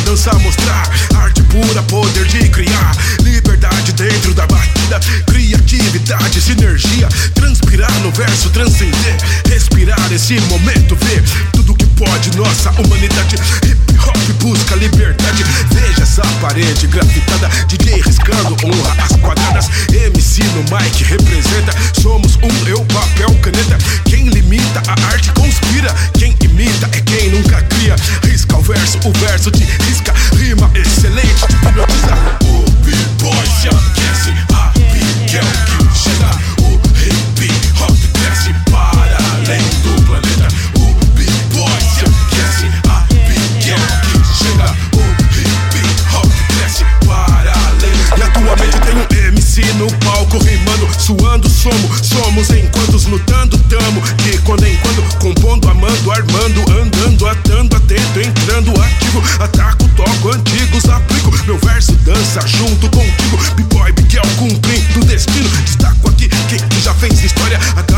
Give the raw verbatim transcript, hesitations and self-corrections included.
dança mostrar. Arte pura, poder de criar. Liberdade dentro da batida. Criatividade, sinergia. Transpirar no verso, transcender. Respirar esse momento, ver tudo que pode nossa humanidade. Hip hop busca liberdade. Veja essa parede grafitada. D J riscando, honra as quadradas. M C no mic representa. Somos um eu, papel, caneta. Quem limita a arte conspira. Quem imita é quem nunca cria. Risca o verso, o verso te risca. Rima excelente, te hipnotiza. O B-boy se aquece, a pique é o que chega. O hip hop cresce para além do planeta. O B-boy se aquece, a pique é o que chega. O hip hop cresce para além. E atualmente tem um M C no palco rimando, suando, somos, somos enquantos lutando tamo. De quando em quando, compondo, amando, armando, andando, atando, atento, entrando, ativo. Ataco, toco, antigos, aplico. Meu verso dança junto contigo. B-boy, Miguel, cumprindo o destino. Destaco aqui quem que já fez história.